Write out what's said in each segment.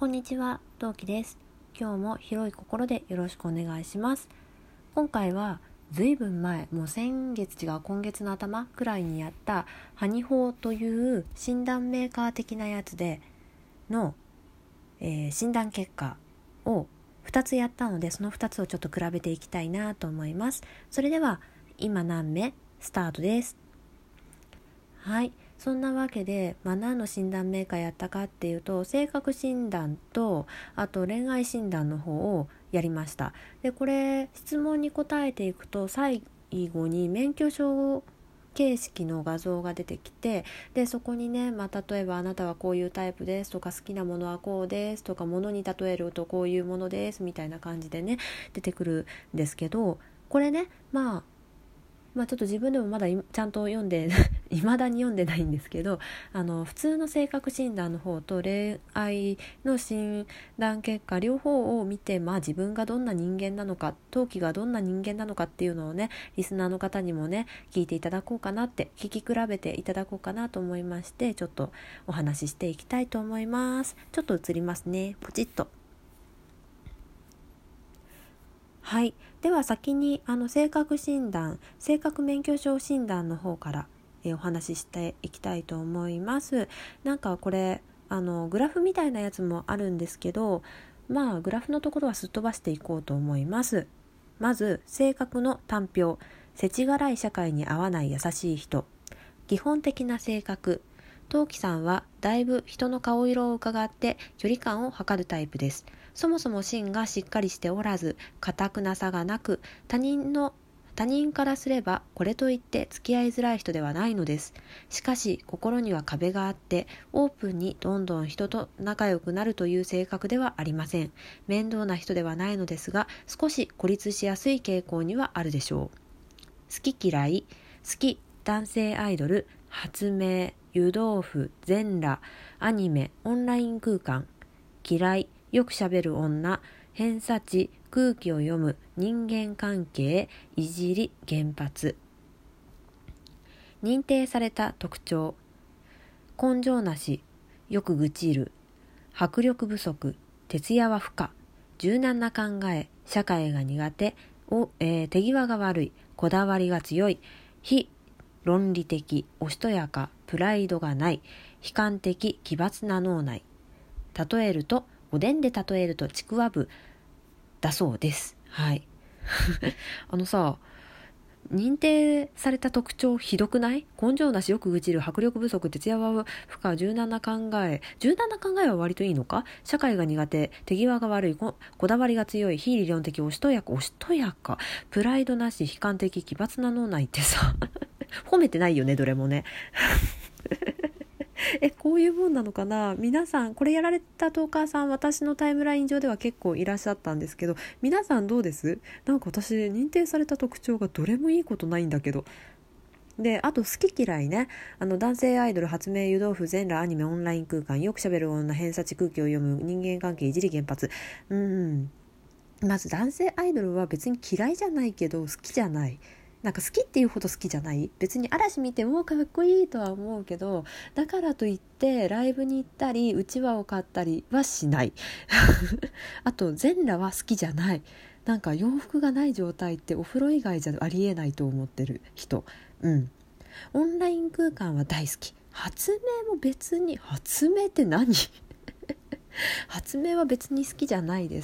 こんにちは、同期です。今日も広い心でよろしくお願いします。今回はずいぶん前、もう今月の頭くらいにやったハニホーという診断メーカー的なやつでの、診断結果を2つやったので、その2つをちょっと比べていきたいなと思います。それでは今何目スタートです。はい、そんなわけで、何の診断メーカーやったかっていうと、性格診断とあと恋愛診断の方をやりました。でこれ質問に答えていくと、最後に免許証形式の画像が出てきて、でそこにね、例えばあなたはこういうタイプですとか、好きなものはこうですとか、物に例えるとこういうものですみたいな感じでね、出てくるんですけど、これね、ちょっと自分でもまだちゃんと読んで未だに読んでないんですけど、普通の性格診断の方と恋愛の診断結果両方を見て、自分がどんな人間なのか、当期がどんな人間なのかっていうのをね、リスナーの方にもね聞いていただこうかなって、聞き比べていただこうかなと思いまして、ちょっとお話ししていきたいと思います。ちょっと映りますね、ポチッと。はい、では先に性格免許証診断の方から、お話ししていきたいと思います。これグラフみたいなやつもあるんですけど、グラフのところはすっ飛ばしていこうと思います。まず性格の単表。世知辛い社会に合わない優しい人。基本的な性格。陶器さんはだいぶ人の顔色を伺って距離感を測るタイプです。そもそも芯がしっかりしておらず、堅くなさがなく、他人からすればこれといって付き合いづらい人ではないのです。しかし心には壁があって、オープンにどんどん人と仲良くなるという性格ではありません。面倒な人ではないのですが、少し孤立しやすい傾向にはあるでしょう。好き嫌い。好き、男性アイドル、発明、湯豆腐、全裸、アニメ、オンライン空間。嫌い、よくしゃべる女、偏差値、空気を読む、人間関係、いじり、原発。認定された特徴。根性なし、よく愚痴る、迫力不足、徹夜は不可、柔軟な考え、社会が苦手、手際が悪い、こだわりが強い、非論理的、おしとやか、プライドがない、悲観的、奇抜な脳内。おでんで例えるとちくわぶだそうです。はい。認定された特徴ひどくない？根性なし、よく愚痴る、迫力不足、徹夜は不可、柔軟な考えは割といいのか？社会が苦手、手際が悪い、こだわりが強い、非理論的、おしとやか、プライドなし、悲観的、奇抜な脳内ってさ褒めてないよね、どれもねこういうもんなのかな。皆さんこれやられたトーカーさん、私のタイムライン上では結構いらっしゃったんですけど、皆さんどうです？私認定された特徴がどれもいいことないんだけど。で、あと好き嫌いね。男性アイドル、発明、湯豆腐、全裸、アニメ、オンライン空間、よくしゃべる女、偏差値、空気を読む、人間関係、いじり原発。まず男性アイドルは別に嫌いじゃないけど好きじゃない。好きっていうほど好きじゃない。別に嵐見てもかっこいいとは思うけど、だからといってライブに行ったりうちわを買ったりはしないあと全裸は好きじゃない。洋服がない状態ってお風呂以外じゃありえないと思ってる人。オンライン空間は大好き。発明も別に、発明って何発明は別に好きじゃないです。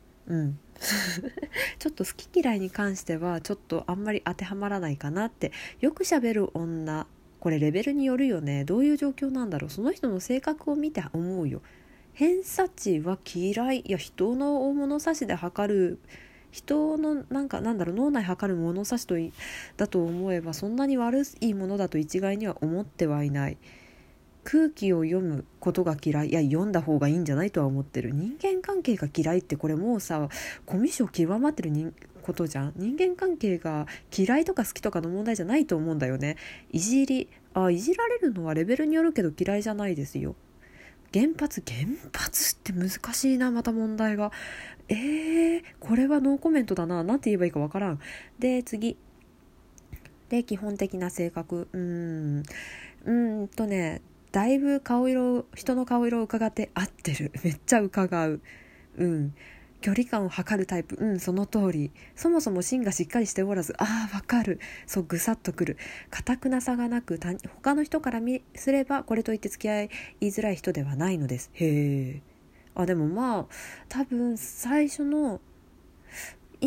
ちょっと好き嫌いに関してはちょっとあんまり当てはまらないかなって。よくしゃべる女、これレベルによるよね。どういう状況なんだろう。その人の性格を見て思うよ。偏差値は嫌い。いや、人の物差しで測る、人の脳内測る物差しだと思えば、そんなに悪いものだと一概には思ってはいない。空気を読むことが嫌い。いや、読んだ方がいいんじゃないとは思ってる。人間関係が嫌いって、これもうさ、コミュ障極まってることじゃん。人間関係が嫌いとか好きとかの問題じゃないと思うんだよね。いじられるのはレベルによるけど嫌いじゃないですよ。原発って難しいな、また問題が。これはノーコメントだな。なんて言えばいいかわからん。で、次。で、基本的な性格。 だいぶ人の顔色を伺って合ってる。めっちゃ伺う。距離感を測るタイプ。その通り。そもそも芯がしっかりしておらず、わかる。そう、ぐさっとくる。堅くなさがなく、他の人からすればこれといって付き合いづらい人ではないのです。へえ。でも多分最初の第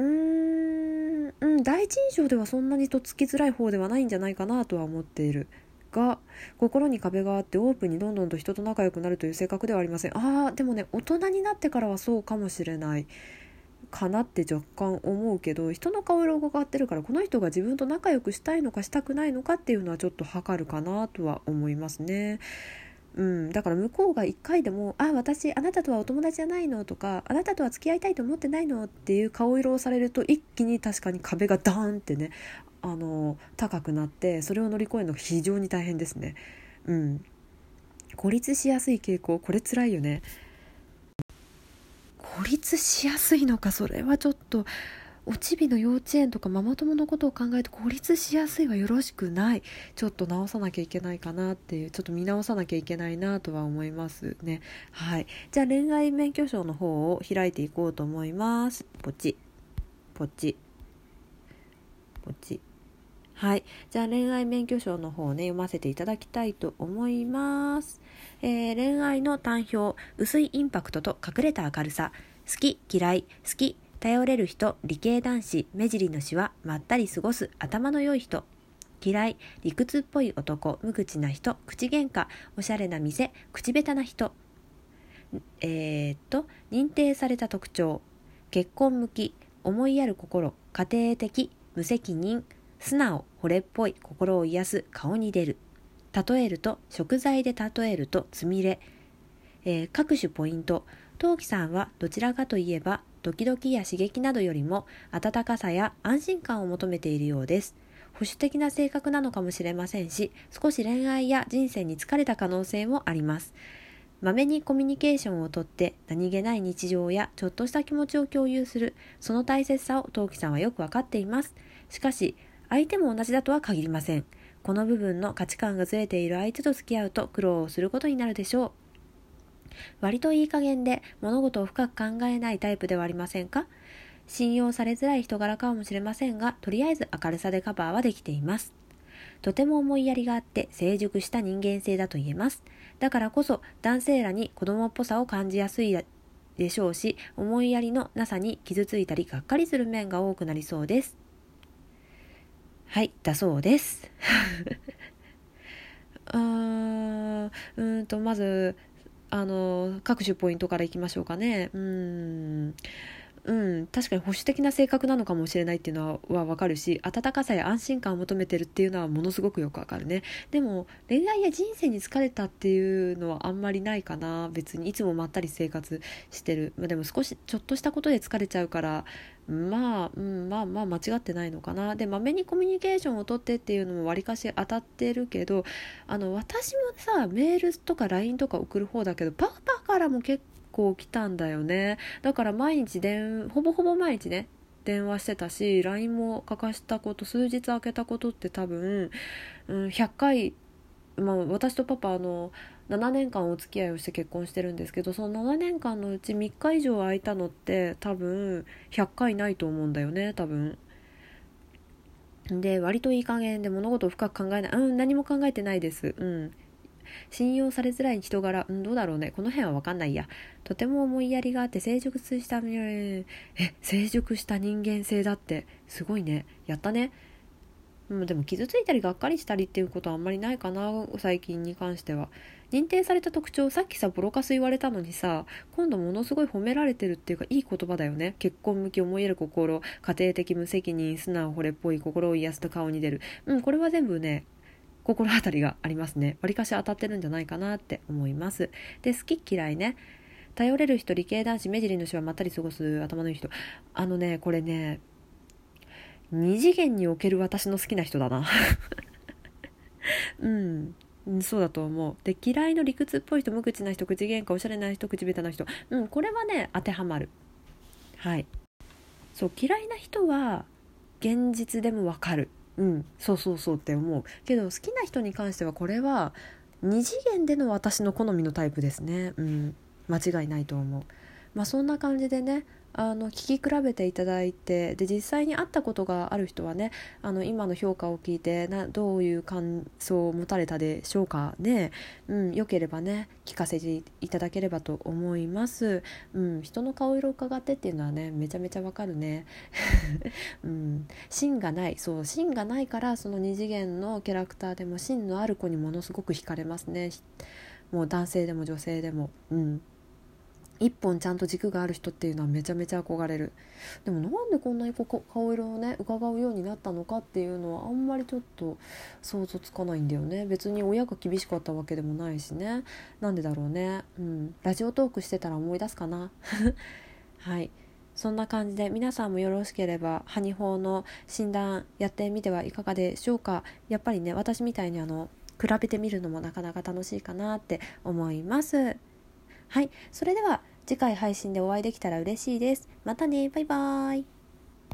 一印象ではそんなにとっつきづらい方ではないんじゃないかなとは思っているが、心に壁があってオープンにどんどんと人と仲良くなるという性格ではありません。でもね、大人になってからはそうかもしれないかなって若干思うけど、人の顔色が変わってるから、この人が自分と仲良くしたいのかしたくないのかっていうのはちょっと測るかなとは思いますね。だから向こうが1回でも私あなたとはお友達じゃないのとか、あなたとは付き合いたいと思ってないのっていう顔色をされると、一気に確かに壁がダーンってね、高くなって、それを乗り越えるのが非常に大変ですね。孤立しやすい傾向、これ辛いよね。孤立しやすいのか、それはちょっとおちびの幼稚園とかママ友のことを考えて孤立しやすいはよろしくない。ちょっと直さなきゃいけないかなっていう、ちょっと見直さなきゃいけないなとは思いますね。はい。じゃあ恋愛免許証の方を開いていこうと思います。ポチポチポチ。はい。じゃあ恋愛免許証の方をね、読ませていただきたいと思います。恋愛の単表、薄いインパクトと隠れた明るさ、好き嫌い、好き頼れる人、理系男子、目尻のシワ、まったり過ごす、頭の良い人。嫌い、理屈っぽい男、無口な人、口喧嘩、おしゃれな店、口下手な人。認定された特徴、結婚向き、思いやる心、家庭的、無責任、素直、惚れっぽい、心を癒す、顔に出る。例えると、食材で例えると、つみれ。各種ポイント、陶器さんはどちらかといえば、ドキドキや刺激などよりも温かさや安心感を求めているようです。保守的な性格なのかもしれませんし、少し恋愛や人生に疲れた可能性もあります。まめにコミュニケーションをとって何気ない日常やちょっとした気持ちを共有する、その大切さを陶器さんはよくわかっています。しかし、相手も同じだとは限りません。この部分の価値観がずれている相手と付き合うと苦労をすることになるでしょう。割といい加減で物事を深く考えないタイプではありませんか？信用されづらい人柄かもしれませんが、とりあえず明るさでカバーはできています。とても思いやりがあって成熟した人間性だと言えます。だからこそ男性らに子供っぽさを感じやすいでしょうし、思いやりのなさに傷ついたりがっかりする面が多くなりそうです。はい、だそうです。まず各種ポイントからいきましょうかね。確かに保守的な性格なのかもしれないっていうのはわかるし、温かさや安心感を求めてるっていうのはものすごくよくわかるね。でも恋愛や人生に疲れたっていうのはあんまりないかな。別にいつもまったり生活してる。でも少しちょっとしたことで疲れちゃうから、間違ってないのかな。で、まめにコミュニケーションをとってっていうのもわりかし当たってるけど、私もさ、メールとか LINE とか送る方だけど、パパからも結構来たんだよね。だからほぼほぼ毎日ね、電話してたし、 LINE も書かしたこと、数日空けたことって多分、100回、私とパパ7年間お付き合いをして結婚してるんですけど、その7年間のうち3日以上空いたのって多分100回ないと思うんだよね、多分。で、割といい加減で物事を深く考えない。何も考えてないです。信用されづらい人柄、どうだろうね。この辺は分かんないや。とても思いやりがあって成熟した人間性だって、すごいね。やったね。でも傷ついたりがっかりしたりっていうことはあんまりないかな、最近に関しては。認定された特徴、さっきさボロカス言われたのにさ、今度ものすごい褒められてるっていうか、いい言葉だよね。結婚向き、思いやる心、家庭的、無責任、素直、惚れっぽい、心を癒すと顔に出る。これは全部ね、心当たりがありますね。わりかし当たってるんじゃないかなって思います。で、好き嫌いね。頼れる人、理系男子、目尻のシワ、まったり過ごす頭のいい人。これね、二次元における私の好きな人だな。そうだと思う。で、嫌いの理屈っぽい人、無口な人、口喧嘩、おしゃれな人、口下手な人。これはね、当てはまる。はい。そう、嫌いな人は現実でもわかる。そうって思うけど、好きな人に関してはこれは 2次元での私の好みのタイプですね。間違いないと思う。そんな感じでね、聞き比べていただいて、で実際に会ったことがある人はね、今の評価を聞いてどういう感想を持たれたでしょうかね。よければね聞かせていただければと思います。人の顔色を伺ってっていうのはねめちゃめちゃわかるね。芯がない芯がないから、その二次元のキャラクターでも芯のある子にものすごく惹かれますね。もう男性でも女性でも。一本ちゃんと軸がある人っていうのはめちゃめちゃ憧れる。でもなんでこんなに顔色をね伺うようになったのかっていうのはあんまりちょっと想像つかないんだよね。別に親が厳しかったわけでもないしね。なんでだろうね。ラジオトークしてたら思い出すかな。はい、そんな感じで皆さんもよろしければハニホーの診断やってみてはいかがでしょうか。やっぱりね私みたいに比べてみるのもなかなか楽しいかなって思います。はい、それでは次回配信でお会いできたら嬉しいです。またね、バイバーイ。